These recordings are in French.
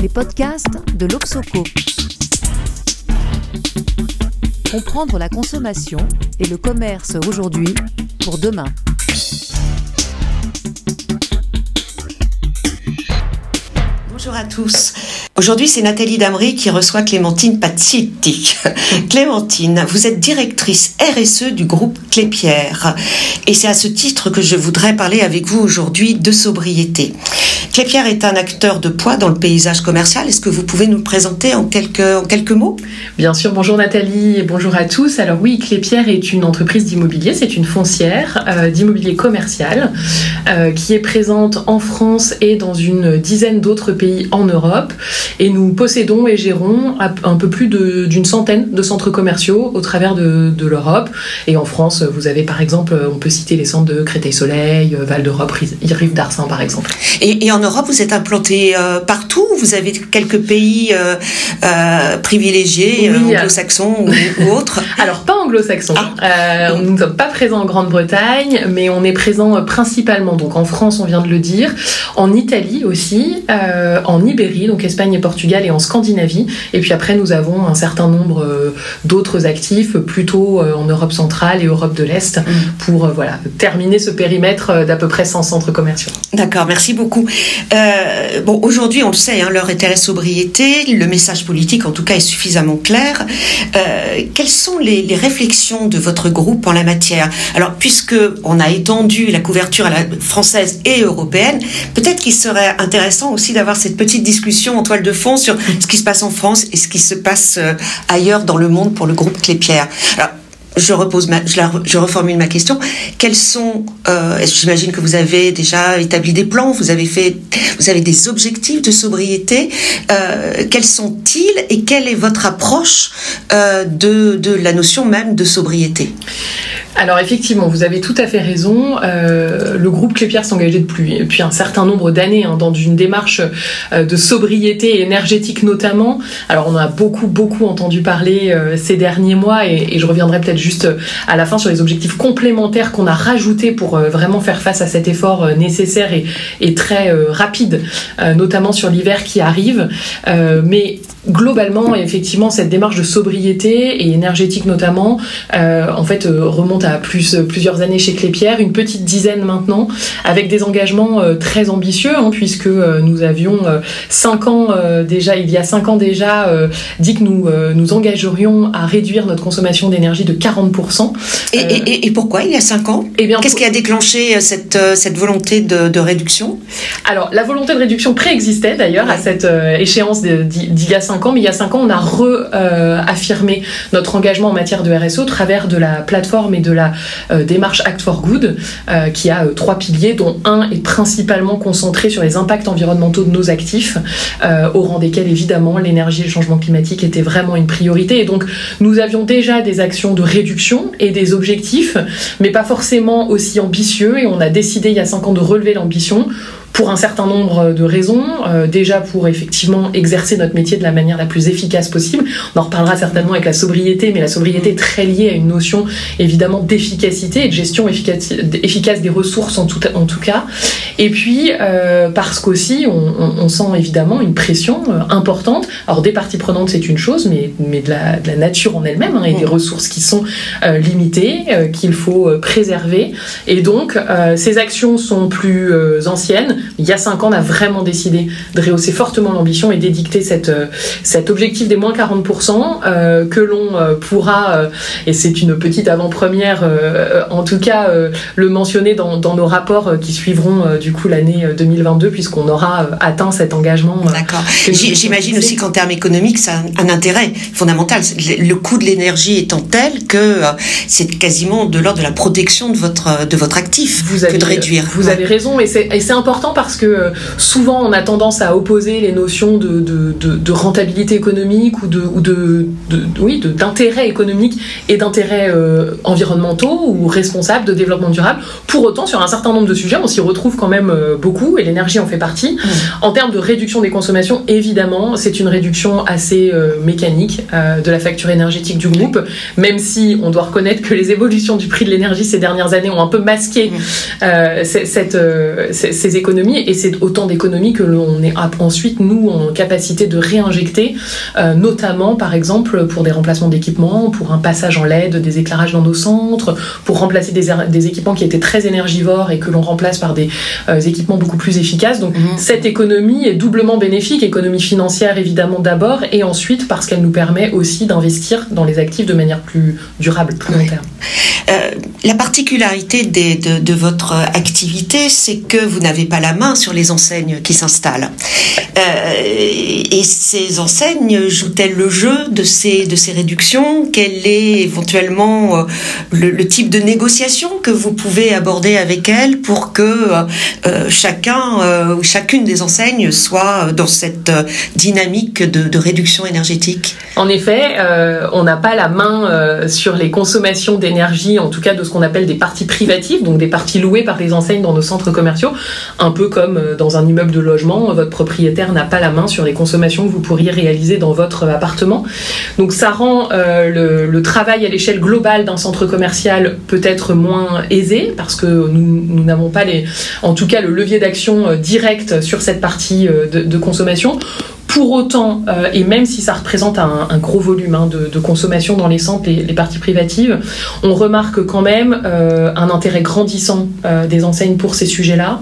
les podcasts de l'Obsoco. Comprendre la consommation et le commerce aujourd'hui pour demain. Bonjour à tous. Aujourd'hui, c'est Nathalie Damry qui reçoit Clémentine Pazzitti. Clémentine, vous êtes directrice RSE du groupe Klépierre. Et c'est à ce titre que je voudrais parler avec vous aujourd'hui de sobriété. Klépierre est un acteur de poids dans le paysage commercial. Est-ce que vous pouvez nous le présenter en quelques mots ? Bien sûr, bonjour Nathalie et bonjour à tous. Alors oui, Klépierre est une entreprise d'immobilier, c'est une foncière d'immobilier commercial qui est présente en France et dans une dizaine d'autres pays en Europe. Et nous possédons et gérons un peu plus d'une centaine de centres commerciaux au travers de l'Europe. Et en France, vous avez par exemple, on peut citer les centres de Créteil-Soleil, Val d'Europe, Rive d'Arcin par exemple. Et en Europe, vous êtes implanté partout ? Vous avez quelques pays privilégiés, oui, anglo-saxons ou autres ? Alors, pas anglo-saxons. Nous ne sommes pas présents en Grande-Bretagne, mais on est présents principalement donc en France, on vient de le dire, en Italie aussi, en Ibérie, donc Espagne et Portugal, et en Scandinavie. Et puis après, nous avons un certain nombre d'autres actifs, plutôt en Europe centrale et Europe de l'Est, pour terminer ce périmètre d'à peu près 100 centres commerciaux. D'accord, merci beaucoup. Aujourd'hui, on le sait, l'heure est à la sobriété. Le message politique, en tout cas, est suffisamment clair. Quelles sont les réflexions de votre groupe en la matière ? Alors, puisque on a étendu la couverture à la française et européenne, peut-être qu'il serait intéressant aussi d'avoir cette petite discussion en toile de fond sur ce qui se passe en France et ce qui se passe ailleurs dans le monde pour le groupe Klépierre. Alors, je reformule ma question. Quels sont, j'imagine que vous avez déjà établi des plans, vous avez des objectifs de sobriété. Quels sont-ils et quelle est votre approche de la notion même de sobriété ? Alors effectivement, vous avez tout à fait raison. Le groupe Klépierre s'engageait depuis un certain nombre d'années dans une démarche de sobriété énergétique notamment. Alors on en a beaucoup entendu parler ces derniers mois et je reviendrai peut-être juste à la fin sur les objectifs complémentaires qu'on a rajoutés pour vraiment faire face à cet effort nécessaire et très rapide, notamment sur l'hiver qui arrive. Mais globalement, effectivement, cette démarche de sobriété et énergétique notamment, remonte à plusieurs années chez Klépierre, une petite dizaine maintenant, avec des engagements très ambitieux, puisque nous avions 5 ans déjà, il y a 5 ans déjà, dit que nous engagerions à réduire notre consommation d'énergie de 40%. Et pourquoi il y a 5 ans ? Qu'est-ce qui a déclenché cette volonté de réduction ? Alors, la volonté de réduction préexistait d'ailleurs à cette échéance d'il y a 5 ans, mais il y a 5 ans, on a réaffirmé notre engagement en matière de RSE au travers de la plateforme et de la démarche Act for Good, qui a 3 piliers, dont un est principalement concentré sur les impacts environnementaux de nos actifs, au rang desquels évidemment l'énergie et le changement climatique étaient vraiment une priorité. Et donc nous avions déjà des actions de réduction et des objectifs, mais pas forcément aussi ambitieux, et on a décidé il y a 5 ans de relever l'ambition pour un certain nombre de raisons. Déjà pour effectivement exercer notre métier de la manière la plus efficace possible. On en reparlera certainement avec la sobriété, mais la sobriété est très liée à une notion évidemment d'efficacité et de gestion efficace des ressources en tout cas. Et puis parce qu'aussi on sent évidemment une pression importante. Alors des parties prenantes c'est une chose, mais de la nature en elle-même, et des ressources qui sont limitées, qu'il faut préserver. Et donc ces actions sont plus anciennes. Il y a 5 ans, on a vraiment décidé de rehausser fortement l'ambition et d'édicter cet objectif des moins 40% que l'on pourra, et c'est une petite avant-première, en tout cas le mentionner dans nos rapports qui suivront du coup l'année 2022, puisqu'on aura atteint cet engagement. D'accord. J'imagine aussi qu'en termes économiques, ça a un intérêt fondamental. Le coût de l'énergie étant tel que c'est quasiment de l'ordre de la protection de votre actif que de réduire. Vous avez raison, et c'est important parce que souvent on a tendance à opposer les notions de rentabilité économique ou d'intérêt économique et d'intérêts environnementaux ou responsables de développement durable. Pour autant, sur un certain nombre de sujets, on s'y retrouve quand même beaucoup, et l'énergie en fait partie. En termes de réduction des consommations, évidemment, c'est une réduction assez mécanique de la facture énergétique du groupe, même si on doit reconnaître que les évolutions du prix de l'énergie ces dernières années ont un peu masqué ces économies, et c'est autant d'économies que l'on est ensuite, nous, en capacité de réinjecter, notamment, par exemple, pour des remplacements d'équipements, pour un passage en LED des éclairages dans nos centres, pour remplacer des équipements qui étaient très énergivores et que l'on remplace par des équipements beaucoup plus efficaces. Donc cette économie est doublement bénéfique, économie financière évidemment d'abord, et ensuite parce qu'elle nous permet aussi d'investir dans les actifs de manière plus durable, plus long terme. La particularité de votre activité, c'est que vous n'avez pas la main sur les enseignes qui s'installent. Et ces enseignes jouent-elles le jeu de ces réductions? Quel est éventuellement le type de négociation que vous pouvez aborder avec elles pour que chacun ou chacune des enseignes soit dans cette dynamique de réduction énergétique? En effet, on n'a pas la main sur les consommations d'énergie, en tout cas de ce qu'on appelle des parties privatives, donc des parties louées par les enseignes dans nos centres commerciaux, un peu comme dans un immeuble de logement, votre propriétaire n'a pas la main sur les consommations que vous pourriez réaliser dans votre appartement. Donc ça rend le travail à l'échelle globale d'un centre commercial peut-être moins aisé, parce que nous n'avons pas en tout cas le levier d'action direct sur cette partie de consommation. Pour autant, et même si ça représente un gros volume de consommation dans les centres, les parties privatives, on remarque quand même un intérêt grandissant des enseignes pour ces sujets-là.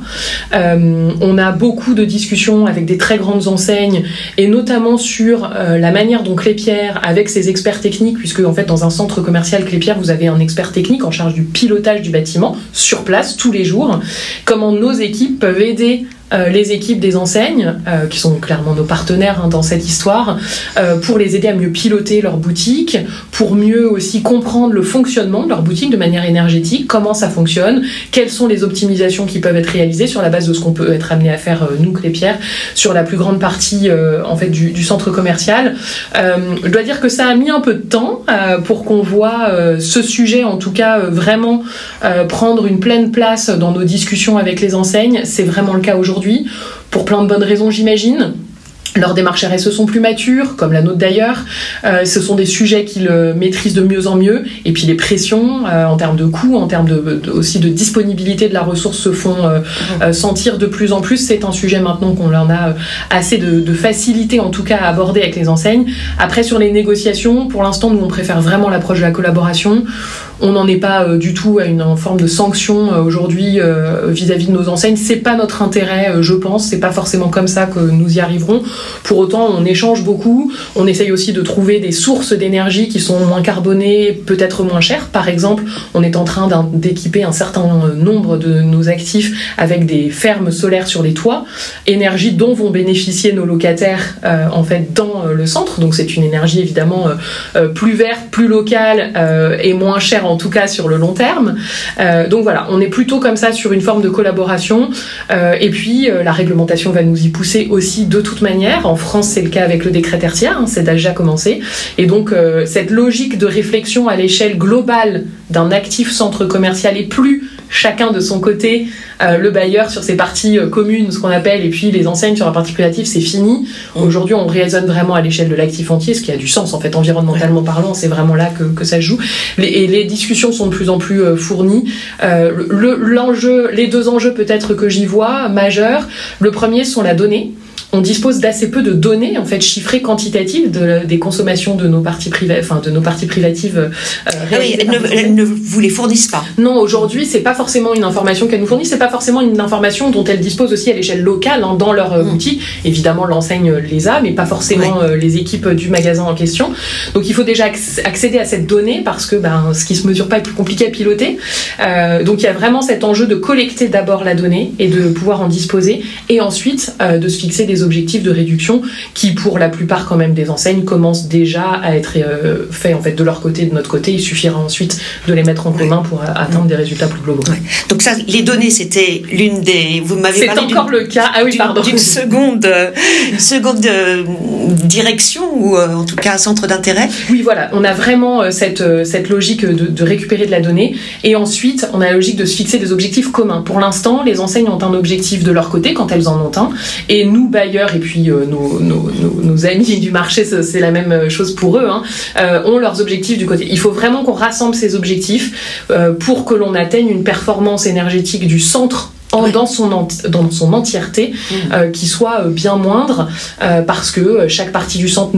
On a beaucoup de discussions avec des très grandes enseignes, et notamment sur la manière dont Klépierre, avec ses experts techniques, puisque en fait dans un centre commercial Klépierre, vous avez un expert technique en charge du pilotage du bâtiment, sur place, tous les jours, comment nos équipes peuvent aider les équipes des enseignes, qui sont clairement nos partenaires dans cette histoire, pour les aider à mieux piloter leur boutique, pour mieux aussi comprendre le fonctionnement de leur boutique de manière énergétique, comment ça fonctionne, quelles sont les optimisations qui peuvent être réalisées sur la base de ce qu'on peut être amené à faire, nous, Klépierre, sur la plus grande partie en fait, du centre commercial. Je dois dire que ça a mis un peu de temps pour qu'on voit ce sujet, en tout cas, vraiment prendre une pleine place dans nos discussions avec les enseignes. C'est vraiment le cas aujourd'hui, pour plein de bonnes raisons, j'imagine. Leurs démarches RSE sont plus matures, comme la nôtre d'ailleurs. Ce sont des sujets qu'ils maîtrisent de mieux en mieux. Et puis les pressions en termes de coûts, en termes aussi de disponibilité de la ressource se font sentir de plus en plus. C'est un sujet maintenant qu'on en a assez de facilité, en tout cas, à aborder avec les enseignes. Après, sur les négociations, pour l'instant, nous, on préfère vraiment l'approche de la collaboration. On n'en est pas du tout à une forme de sanction aujourd'hui vis-à-vis de nos enseignes. C'est pas notre intérêt, je pense. C'est pas forcément comme ça que nous y arriverons. Pour autant, on échange beaucoup. On essaye aussi de trouver des sources d'énergie qui sont moins carbonées, peut-être moins chères. Par exemple, on est en train d'équiper un certain nombre de nos actifs avec des fermes solaires sur les toits, énergie dont vont bénéficier nos locataires en fait dans le centre. Donc c'est une énergie évidemment plus verte, plus locale et moins chère en tout cas sur le long terme. Donc voilà, on est plutôt comme ça sur une forme de collaboration. Et puis la réglementation va nous y pousser aussi de toute manière. En France, c'est le cas avec le décret tertiaire, c'est déjà commencé. Et donc cette logique de réflexion à l'échelle globale d'un actif centre commercial et plus chacun de son côté, le bailleur sur ses parties communes, ce qu'on appelle, et puis les enseignes sur la partie privative, c'est fini. Aujourd'hui, on raisonne vraiment à l'échelle de l'actif entier, ce qui a du sens, en fait, environnementalement parlant, c'est vraiment là que ça se joue. Et les discussions sont de plus en plus fournies. Les deux enjeux peut-être que j'y vois, majeurs, le premier sont la donnée. On dispose d'assez peu de données en fait chiffrées quantitatives des consommations de nos parties privatives. Elles ne vous les fournissent pas. Non, aujourd'hui, c'est pas forcément une information qu'elles nous fournissent, c'est pas forcément une information dont elles disposent aussi à l'échelle locale dans leur boutique. Évidemment, l'enseigne les a, mais pas forcément les équipes du magasin en question. Donc, il faut déjà accéder à cette donnée parce que ce qui se mesure pas est plus compliqué à piloter. Donc, il y a vraiment cet enjeu de collecter d'abord la donnée et de pouvoir en disposer, et ensuite de se fixer des objectifs de réduction qui, pour la plupart quand même des enseignes, commencent déjà à être faits en fait de leur côté, de notre côté. Il suffira ensuite de les mettre en commun pour atteindre des résultats plus globaux. Ouais. Donc ça, les données, c'était l'une des... Vous m'avez parlé c'est encore le cas. Ah oui, pardon. D'une seconde direction, ou en tout cas un centre d'intérêt. Oui, voilà. On a vraiment cette logique de récupérer de la donnée. Et ensuite, on a la logique de se fixer des objectifs communs. Pour l'instant, les enseignes ont un objectif de leur côté, quand elles en ont un. Et nous, bailleurs, et puis nos amis du marché, c'est la même chose pour eux, ont leurs objectifs du côté. Il faut vraiment qu'on rassemble ces objectifs pour que l'on atteigne une performance énergétique du centre dans son entièreté, qui soit bien moindre, parce que chaque partie du centre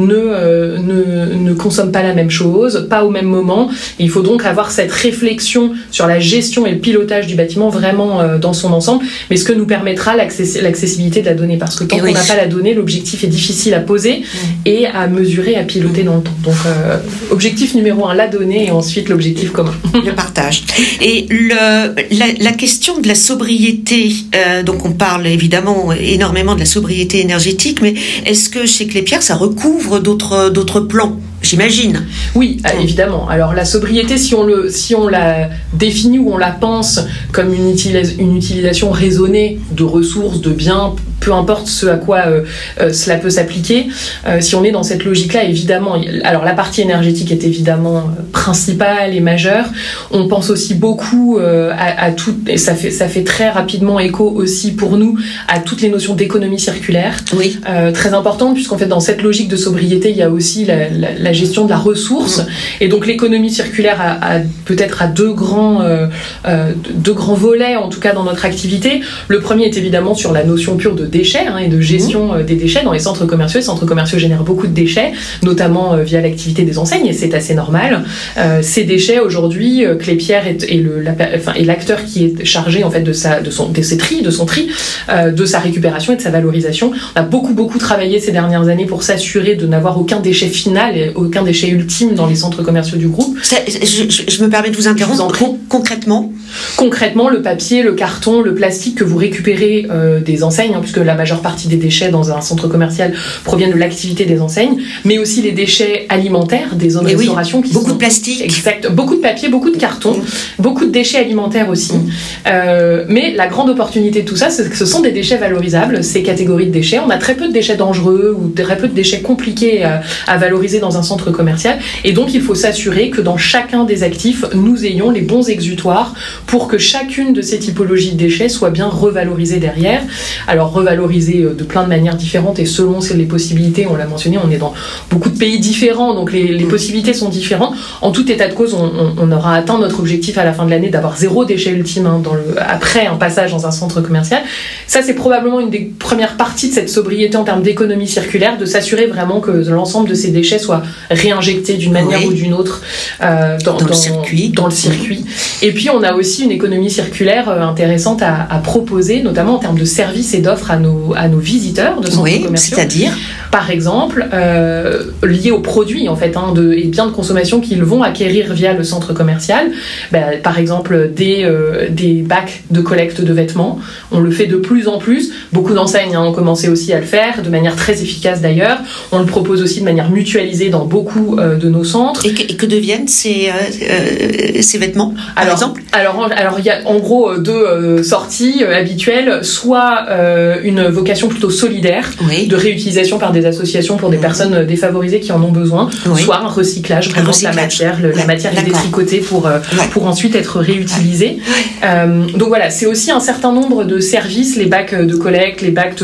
ne consomme pas la même chose, pas au même moment, et il faut donc avoir cette réflexion sur la gestion et le pilotage du bâtiment vraiment dans son ensemble, mais ce que nous permettra l'accessibilité de la donnée, parce que tant qu'on n'a pas la donnée, l'objectif est difficile à poser et à mesurer, à piloter dans le temps. Donc objectif numéro 1, la donnée, et ensuite l'objectif commun. Le partage. Et la question de la sobriété, donc on parle évidemment énormément de la sobriété énergétique, mais est-ce que chez Clépierre ça recouvre d'autres plans, j'imagine? Oui, évidemment. Alors la sobriété, si on la définit ou on la pense comme une utilisation raisonnée de ressources, de biens, peu importe ce à quoi cela peut s'appliquer, si on est dans cette logique-là, évidemment, alors la partie énergétique est évidemment principale et majeure. On pense aussi beaucoup à tout, et ça fait très rapidement écho aussi pour nous à toutes les notions d'économie circulaire, très importante, puisqu'en fait dans cette logique de sobriété, il y a aussi la gestion de la ressource, et donc l'économie circulaire a peut-être à deux grands volets, en tout cas dans notre activité. Le premier est évidemment sur la notion pure de déchets et de gestion des déchets dans les centres commerciaux. Les centres commerciaux génèrent beaucoup de déchets, notamment via l'activité des enseignes, et c'est assez normal. Ces déchets, aujourd'hui, Clépierre est l'acteur qui est chargé en fait de son tri, de sa récupération et de sa valorisation. On a beaucoup travaillé ces dernières années pour s'assurer de n'avoir aucun déchet final et aucun déchet ultime dans les centres commerciaux du groupe. Je me permets de vous interrompre. Concrètement, le papier, le carton, le plastique que vous récupérez des enseignes, puisque la majeure partie des déchets dans un centre commercial proviennent de l'activité des enseignes, mais aussi les déchets alimentaires des zones de restauration. Beaucoup de plastique. Exact. Beaucoup de papier, beaucoup de carton, beaucoup de déchets alimentaires aussi. Mais la grande opportunité de tout ça, c'est que ce sont des déchets valorisables, ces catégories de déchets. On a très peu de déchets dangereux ou très peu de déchets compliqués à valoriser dans un centre commercial. Et donc, il faut s'assurer que dans chacun des actifs, nous ayons les bons exutoires pour que chacune de ces typologies de déchets soit bien revalorisée derrière. Alors, revalorisée de plein de manières différentes et selon les possibilités, on l'a mentionné, on est dans beaucoup de pays différents, donc les possibilités sont différentes. En tout état de cause, on aura atteint notre objectif à la fin de l'année d'avoir 0 déchet ultime après un passage dans un centre commercial. Ça, c'est probablement une des premières parties de cette sobriété en termes d'économie circulaire, de s'assurer vraiment que l'ensemble de ces déchets soient réinjectés d'une manière ou d'une autre dans le circuit. Et puis, on a aussi une économie circulaire intéressante à proposer, notamment en termes de services et d'offres à nos visiteurs de centres commerciaux. C'est-à-dire, par exemple, liés aux produits en fait, et biens de consommation qu'ils vont acquérir via le centre commercial. Par exemple, des bacs de collecte de vêtements. On le fait de plus en plus. Beaucoup d'enseignes ont commencé aussi à le faire, de manière très efficace d'ailleurs. On le propose aussi de manière mutualisée dans beaucoup de nos centres. Et que deviennent ces vêtements, par exemple? Alors, il y a en gros 2 sorties habituelles. Soit une vocation plutôt solidaire, de réutilisation par des associations pour des personnes défavorisées qui en ont besoin, soit un recyclage, vraiment la matière est détricotée pour ensuite être réutilisée. Donc voilà, c'est aussi un certain nombre de services, les bacs de collecte, les bacs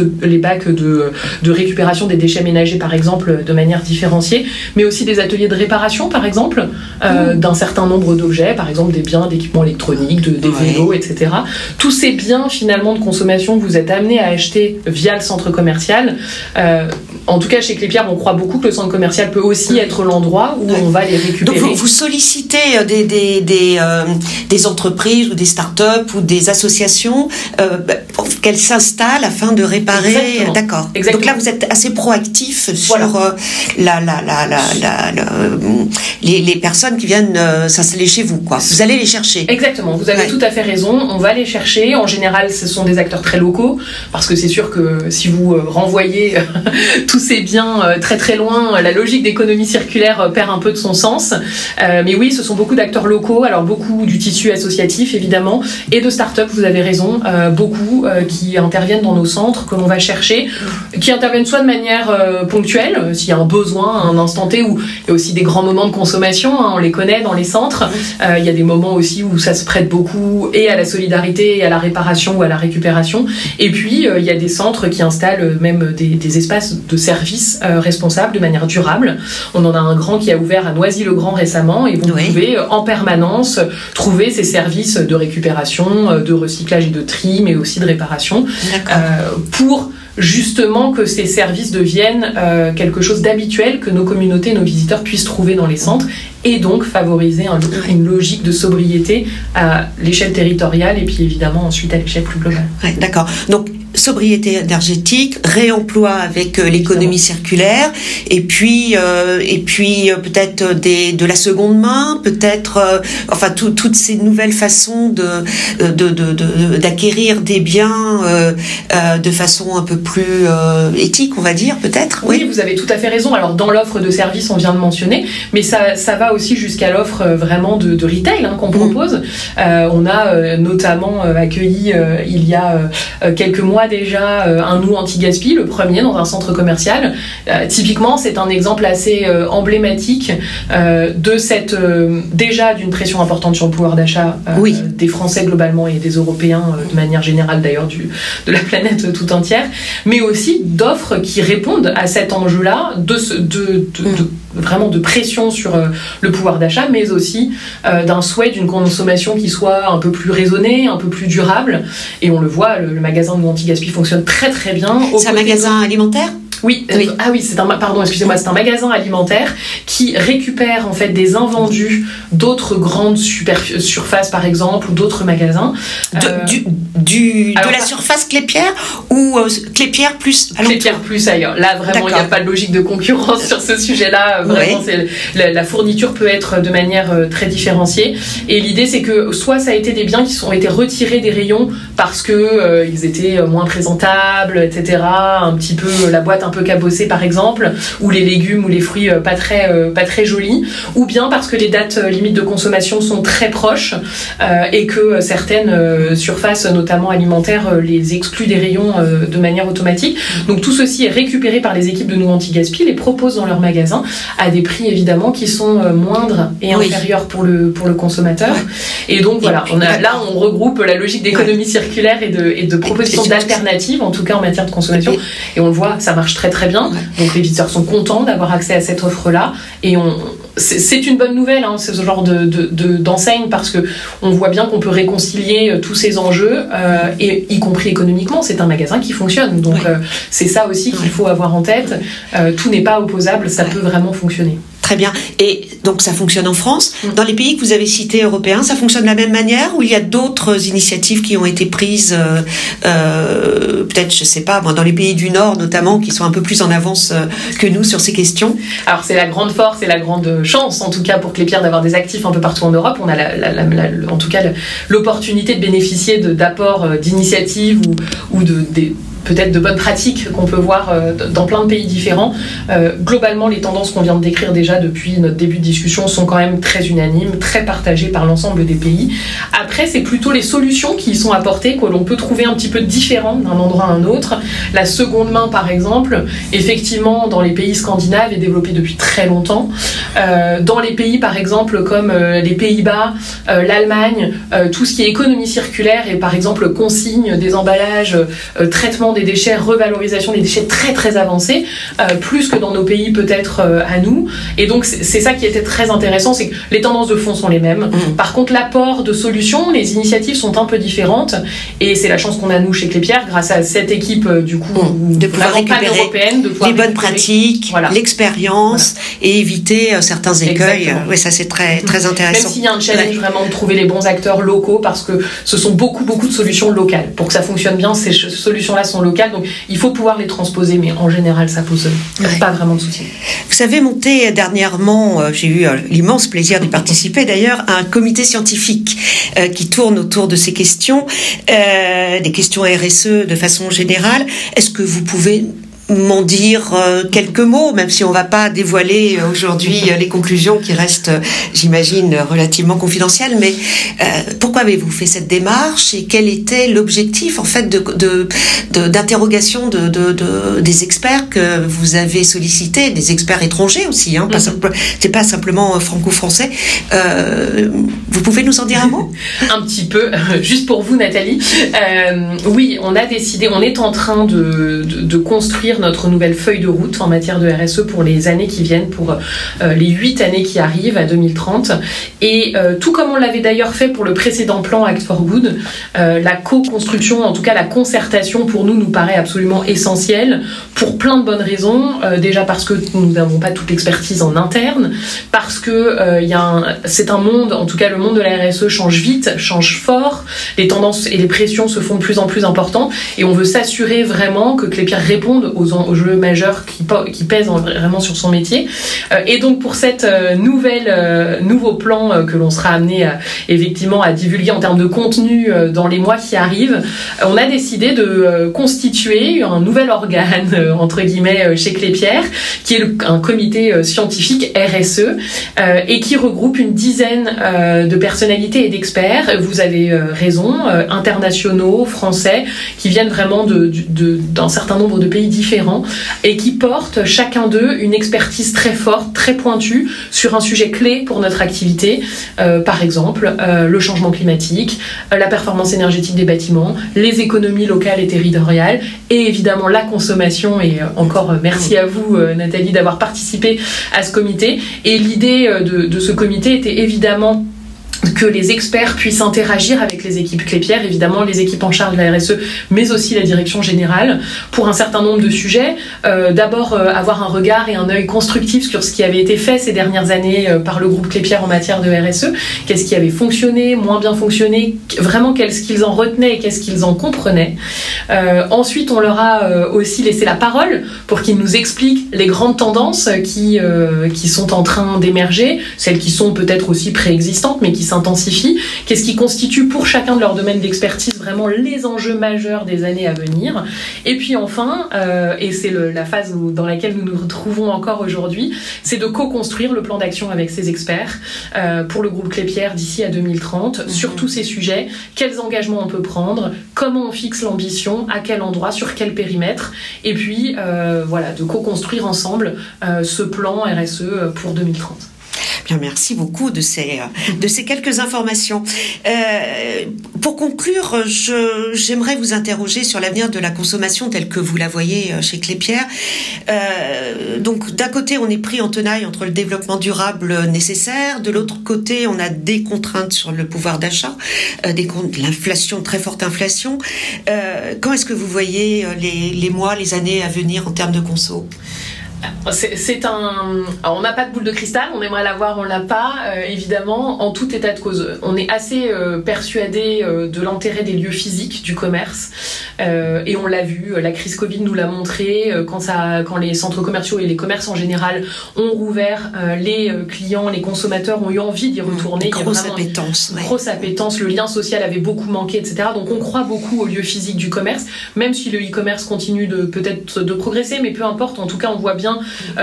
de récupération des déchets ménagers par exemple, de manière différenciée, mais aussi des ateliers de réparation par exemple, d'un certain nombre d'objets, par exemple des biens d'équipements électroniques, des vélos, etc. Tous ces biens finalement de consommation que vous êtes amenés à acheter via le centre commercial, en tout cas chez Clépierre, on croit beaucoup que le centre commercial peut aussi être l'endroit où on va les récupérer. Donc vous sollicitez des entreprises ou des start-up ou des associations qu'elle s'installe afin de réparer. Exactement. D'accord. Exactement. Donc là, vous êtes assez proactif sur les personnes qui viennent s'installer chez vous, quoi. Vous allez les chercher. Exactement. Vous avez tout à fait raison. On va les chercher. En général, ce sont des acteurs très locaux, parce que c'est sûr que si vous renvoyez tous ces biens très très loin, la logique d'économie circulaire perd un peu de son sens. Mais oui, ce sont beaucoup d'acteurs locaux. Alors beaucoup du tissu associatif évidemment, et de start-up. Vous avez raison. Beaucoup qui interviennent dans nos centres, que l'on va chercher, qui interviennent soit de manière ponctuelle, s'il y a un besoin à un instant T, où il y a aussi des grands moments de consommation, on les connaît dans les centres. Il y a des moments aussi où ça se prête beaucoup et à la solidarité et à la réparation ou à la récupération. Et puis il y a des centres qui installent même des espaces de services responsables de manière durable. On en a un grand qui a ouvert à Noisy-le-Grand récemment, et vous pouvez en permanence trouver ces services de récupération, de recyclage et de tri, mais aussi de réparation, pour justement que ces services deviennent quelque chose d'habituel, que nos communautés, nos visiteurs puissent trouver dans les centres, et donc favoriser une logique de sobriété à l'échelle territoriale et puis évidemment ensuite à l'échelle plus globale. Ouais, d'accord. Donc sobriété énergétique, réemploi avec l'économie circulaire, et puis peut-être de la seconde main, peut-être toutes ces nouvelles façons d'acquérir des biens de façon un peu plus éthique, on va dire, peut-être. Oui, vous avez tout à fait raison. Alors dans l'offre de services, on vient de mentionner, mais ça va aussi jusqu'à l'offre vraiment de retail qu'on propose. On a notamment accueilli il y a quelques mois déjà un nous anti-gaspi, le premier dans un centre commercial. Typiquement, c'est un exemple assez emblématique de cette déjà d'une pression importante sur le pouvoir d'achat des Français globalement et des Européens de manière générale d'ailleurs de la planète tout entière, mais aussi d'offres qui répondent à cet enjeu-là vraiment de pression sur le pouvoir d'achat, mais aussi d'un souhait d'une consommation qui soit un peu plus raisonnée, un peu plus durable. Et on le voit, le magasin de Anti-Gaspi fonctionne très très bien. C'est un magasin alimentaire ? Oui. C'est un magasin alimentaire qui récupère en fait des invendus d'autres grandes surfaces par exemple, ou d'autres magasins. De la surface Clépierre ou Clépierre plus alentour. Clépierre plus ailleurs. Là vraiment il n'y a pas de logique de concurrence sur ce sujet-là. Vraiment la fourniture peut être de manière très différenciée. Et l'idée c'est que soit ça a été des biens qui ont été retirés des rayons parce que ils étaient moins présentables, etc. Un petit peu la boîte un peu cabossée par exemple, ou les légumes ou les fruits pas très jolis, ou bien parce que les dates limites de consommation sont très proches et que certaines surfaces notamment alimentaires les excluent des rayons de manière automatique. Donc tout ceci est récupéré par les équipes de Nous Anti-Gaspi, les propose dans leur magasin à des prix évidemment qui sont moindres et inférieurs pour le consommateur. Et donc voilà, on regroupe la logique d'économie circulaire et de proposition d'alternatives, en tout cas en matière de consommation, et on le voit, ça marche très très bien. Donc les visiteurs sont contents d'avoir accès à cette offre-là, et c'est une bonne nouvelle, ce genre d'enseigne, parce que on voit bien qu'on peut réconcilier tous ces enjeux, et y compris économiquement, c'est un magasin qui fonctionne. Donc c'est ça aussi qu'il faut avoir en tête. Tout n'est pas opposable, ça peut vraiment fonctionner. Très bien. Et donc ça fonctionne en France. Dans les pays que vous avez cités européens, ça fonctionne de la même manière, ou il y a d'autres initiatives qui ont été prises, peut-être, je sais pas, dans les pays du Nord notamment, qui sont un peu plus en avance que nous sur ces questions? Alors c'est la grande force et la grande chance, en tout cas pour Clépierre, d'avoir des actifs un peu partout en Europe. On a en tout cas l'opportunité de bénéficier d'apports d'initiatives ou peut-être de bonnes pratiques qu'on peut voir dans plein de pays différents. Globalement, les tendances qu'on vient de décrire déjà depuis notre début de discussion sont quand même très unanimes, très partagées par l'ensemble des pays. Après, c'est plutôt les solutions qui y sont apportées que l'on peut trouver un petit peu différentes d'un endroit à un autre. La seconde main, par exemple, effectivement, dans les pays scandinaves, est développée depuis très longtemps. Dans les pays, par exemple, comme les Pays-Bas, l'Allemagne, tout ce qui est économie circulaire et, par exemple, consigne des emballages, traitement des des déchets, revalorisation des déchets très très avancée, plus que dans nos pays peut-être à nous. Et donc c'est ça qui était très intéressant, c'est que les tendances de fond sont les mêmes. Par contre, l'apport de solutions, les initiatives sont un peu différentes. Et c'est la chance qu'on a nous chez Clépierre, grâce à cette équipe du coup de pouvoir récupérer européenne, de pouvoir les bonnes pratiques, l'expérience et éviter certains écueils. Oui, ça c'est très très intéressant. Même s'il y a un challenge vraiment de trouver les bons acteurs locaux, parce que ce sont beaucoup de solutions locales. Pour que ça fonctionne bien, ces solutions-là sont locales, donc il faut pouvoir les transposer, mais en général ça pose pas vraiment de soucis. Vous avez monté dernièrement, j'ai eu l'immense plaisir d'y participer d'ailleurs, à un comité scientifique qui tourne autour de ces questions, des questions RSE de façon générale. Est-ce que vous pouvez m'en dire quelques mots, même si on ne va pas dévoiler aujourd'hui les conclusions qui restent, j'imagine, relativement confidentielles, mais pourquoi avez-vous fait cette démarche et quel était l'objectif en fait d'interrogation des experts que vous avez sollicités, des experts étrangers aussi, hein, c'est pas simplement franco-français. Vous pouvez nous en dire un mot ? Un petit peu, juste pour vous Nathalie. Oui, on a décidé, on est en train de construire notre nouvelle feuille de route en matière de RSE pour les années qui viennent, pour les 8 années qui arrivent à 2030. Et tout comme on l'avait d'ailleurs fait pour le précédent plan Act for Good, la co-construction, en tout cas la concertation pour nous paraît absolument essentielle pour plein de bonnes raisons. Déjà parce que nous n'avons pas toute l'expertise en interne, parce que c'est un monde, en tout cas le monde de la RSE change vite, change fort, les tendances et les pressions se font de plus en plus importantes et on veut s'assurer vraiment que Clépierre réponde aux enjeux majeurs qui pèsent vraiment sur son métier. Et donc pour cette nouveau plan que l'on sera amené effectivement à divulguer en termes de contenu dans les mois qui arrivent, on a décidé de constituer un nouvel organe entre guillemets chez Clépierre, qui est un comité scientifique RSE et qui regroupe une dizaine de personnalités et d'experts. Vous avez raison, internationaux, français, qui viennent vraiment d'un certain nombre de pays différents et qui portent chacun d'eux une expertise très forte, très pointue sur un sujet clé pour notre activité. Par exemple, le changement climatique, la performance énergétique des bâtiments, les économies locales et territoriales et évidemment la consommation. Et encore merci à vous Nathalie d'avoir participé à ce comité. Et l'idée de ce comité était évidemment que les experts puissent interagir avec les équipes Clépierre, évidemment les équipes en charge de la RSE, mais aussi la direction générale, pour un certain nombre de sujets. D'abord, avoir un regard et un œil constructif sur ce qui avait été fait ces dernières années par le groupe Clépierre en matière de RSE. Qu'est-ce qui avait fonctionné, moins bien fonctionné, vraiment qu'est-ce qu'ils en retenaient et qu'est-ce qu'ils en comprenaient. Ensuite, on leur a aussi laissé la parole pour qu'ils nous expliquent les grandes tendances qui sont en train d'émerger, celles qui sont peut-être aussi préexistantes, mais qui s'intensifient, qu'est-ce qui constitue pour chacun de leurs domaines d'expertise vraiment les enjeux majeurs des années à venir. Et puis enfin, et c'est la phase dans laquelle nous nous retrouvons encore aujourd'hui, c'est de co-construire le plan d'action avec ces experts pour le groupe Clépierre d'ici à 2030, sur tous ces sujets, quels engagements on peut prendre, comment on fixe l'ambition, à quel endroit, sur quel périmètre, et puis voilà, de co-construire ensemble ce plan RSE pour 2030. Bien, merci beaucoup de ces quelques informations. Pour conclure, j'aimerais vous interroger sur l'avenir de la consommation telle que vous la voyez chez Clépierre. Donc, d'un côté, on est pris en tenaille entre le développement durable nécessaire. De l'autre côté, on a des contraintes sur le pouvoir d'achat, l'inflation, très forte inflation. Quand est-ce que vous voyez les mois, les années à venir en termes de conso ? Alors, on n'a pas de boule de cristal, on aimerait l'avoir, on l'a pas, évidemment, en tout état de cause. On est assez persuadé de l'intérêt des lieux physiques du commerce, et on l'a vu, la crise Covid nous l'a montré, quand les centres commerciaux et les commerces en général ont rouvert, les clients, les consommateurs ont eu envie d'y retourner. Grosse appétence. Grosse appétence, le lien social avait beaucoup manqué, etc. Donc on croit beaucoup aux lieux physiques du commerce, même si le e-commerce continue peut-être de progresser, mais peu importe, en tout cas on voit bien bien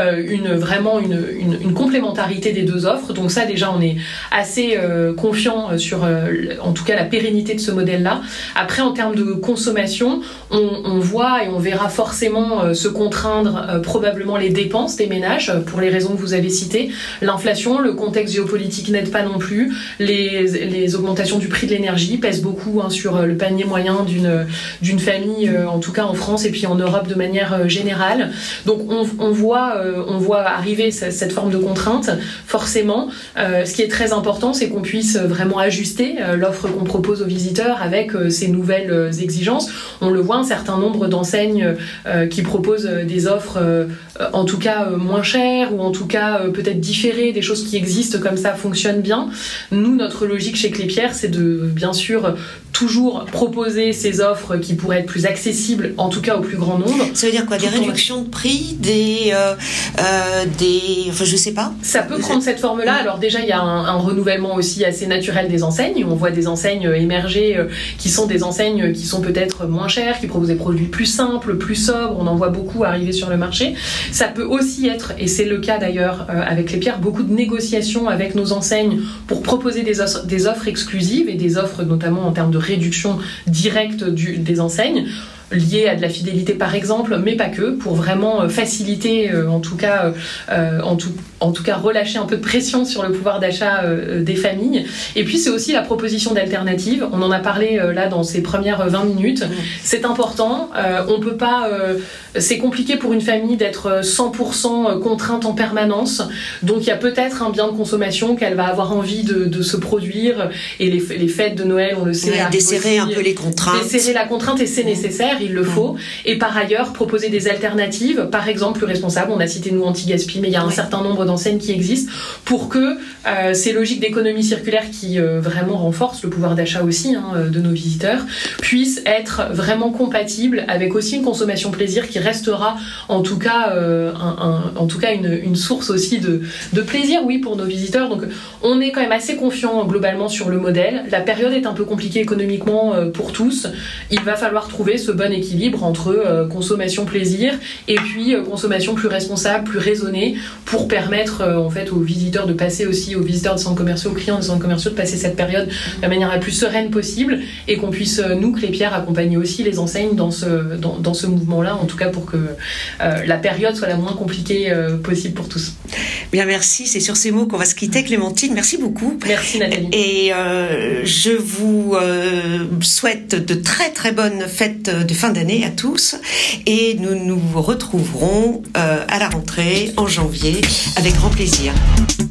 une complémentarité des deux offres. Donc ça, déjà, on est assez confiant sur, en tout cas, la pérennité de ce modèle-là. Après, en termes de consommation, on voit et on verra forcément se contraindre probablement les dépenses des ménages pour les raisons que vous avez citées. L'inflation, le contexte géopolitique n'aide pas non plus. Les augmentations du prix de l'énergie pèsent beaucoup sur le panier moyen d'une famille, en tout cas en France et puis en Europe de manière générale. Donc on voit arriver cette forme de contrainte, forcément. Ce qui est très important, c'est qu'on puisse vraiment ajuster l'offre qu'on propose aux visiteurs avec ces nouvelles exigences. On le voit, un certain nombre d'enseignes qui proposent des offres en tout cas moins chères ou en tout cas peut-être différées, des choses qui existent comme ça fonctionnent bien. Nous, notre logique chez Clépierre, c'est de bien sûr toujours proposer ces offres qui pourraient être plus accessibles, en tout cas au plus grand nombre. Ça veut dire quoi? Des réductions de prix, enfin, je sais pas. Ça peut prendre cette forme-là. Alors déjà, il y a un renouvellement aussi assez naturel des enseignes. On voit des enseignes émerger qui sont des enseignes qui sont peut-être moins chères, qui proposent des produits plus simples, plus sobres. On en voit beaucoup arriver sur le marché. Ça peut aussi être, et c'est le cas d'ailleurs avec Clépierre, beaucoup de négociations avec nos enseignes pour proposer des offres exclusives et des offres notamment en termes de réduction directe des enseignes, liées à de la fidélité par exemple, mais pas que, pour vraiment faciliter, en tout cas relâcher un peu de pression sur le pouvoir d'achat des familles. Et puis c'est aussi la proposition d'alternatives. On en a parlé là dans ces premières 20 minutes. C'est important. On peut pas. C'est compliqué pour une famille d'être 100% contrainte en permanence. Donc il y a peut-être un bien de consommation qu'elle va avoir envie de se produire. Et les fêtes de Noël, on le sait, desserrer un peu les contraintes. Desserrer la contrainte, et c'est nécessaire. Il le faut. Et par ailleurs, proposer des alternatives, par exemple plus responsables. On a cité nous anti-gaspi, mais il y a un certain nombre d'enseignes qui existent pour que ces logiques d'économie circulaire qui vraiment renforcent le pouvoir d'achat aussi de nos visiteurs puissent être vraiment compatibles avec aussi une consommation plaisir qui restera en tout cas une source aussi de plaisir, oui, pour nos visiteurs. Donc on est quand même assez confiant globalement sur le modèle. La période est un peu compliquée économiquement pour tous. Il va falloir trouver ce bon équilibre entre consommation plaisir et puis consommation plus responsable, plus raisonnée, pour permettre en fait aux visiteurs de passer aussi, aux visiteurs de centres commerciaux, aux clients de centres commerciaux, de passer cette période de la manière la plus sereine possible, et qu'on puisse nous, Clépierre, accompagner aussi les enseignes dans ce mouvement-là, en tout cas pour que la période soit la moins compliquée possible pour tous. Bien, merci. C'est sur ces mots qu'on va se quitter, Clémentine. Merci beaucoup. Merci Nathalie. Et je vous souhaite de très très bonnes fêtes de fin d'année à tous, et nous nous retrouverons à la rentrée en janvier avec grand plaisir.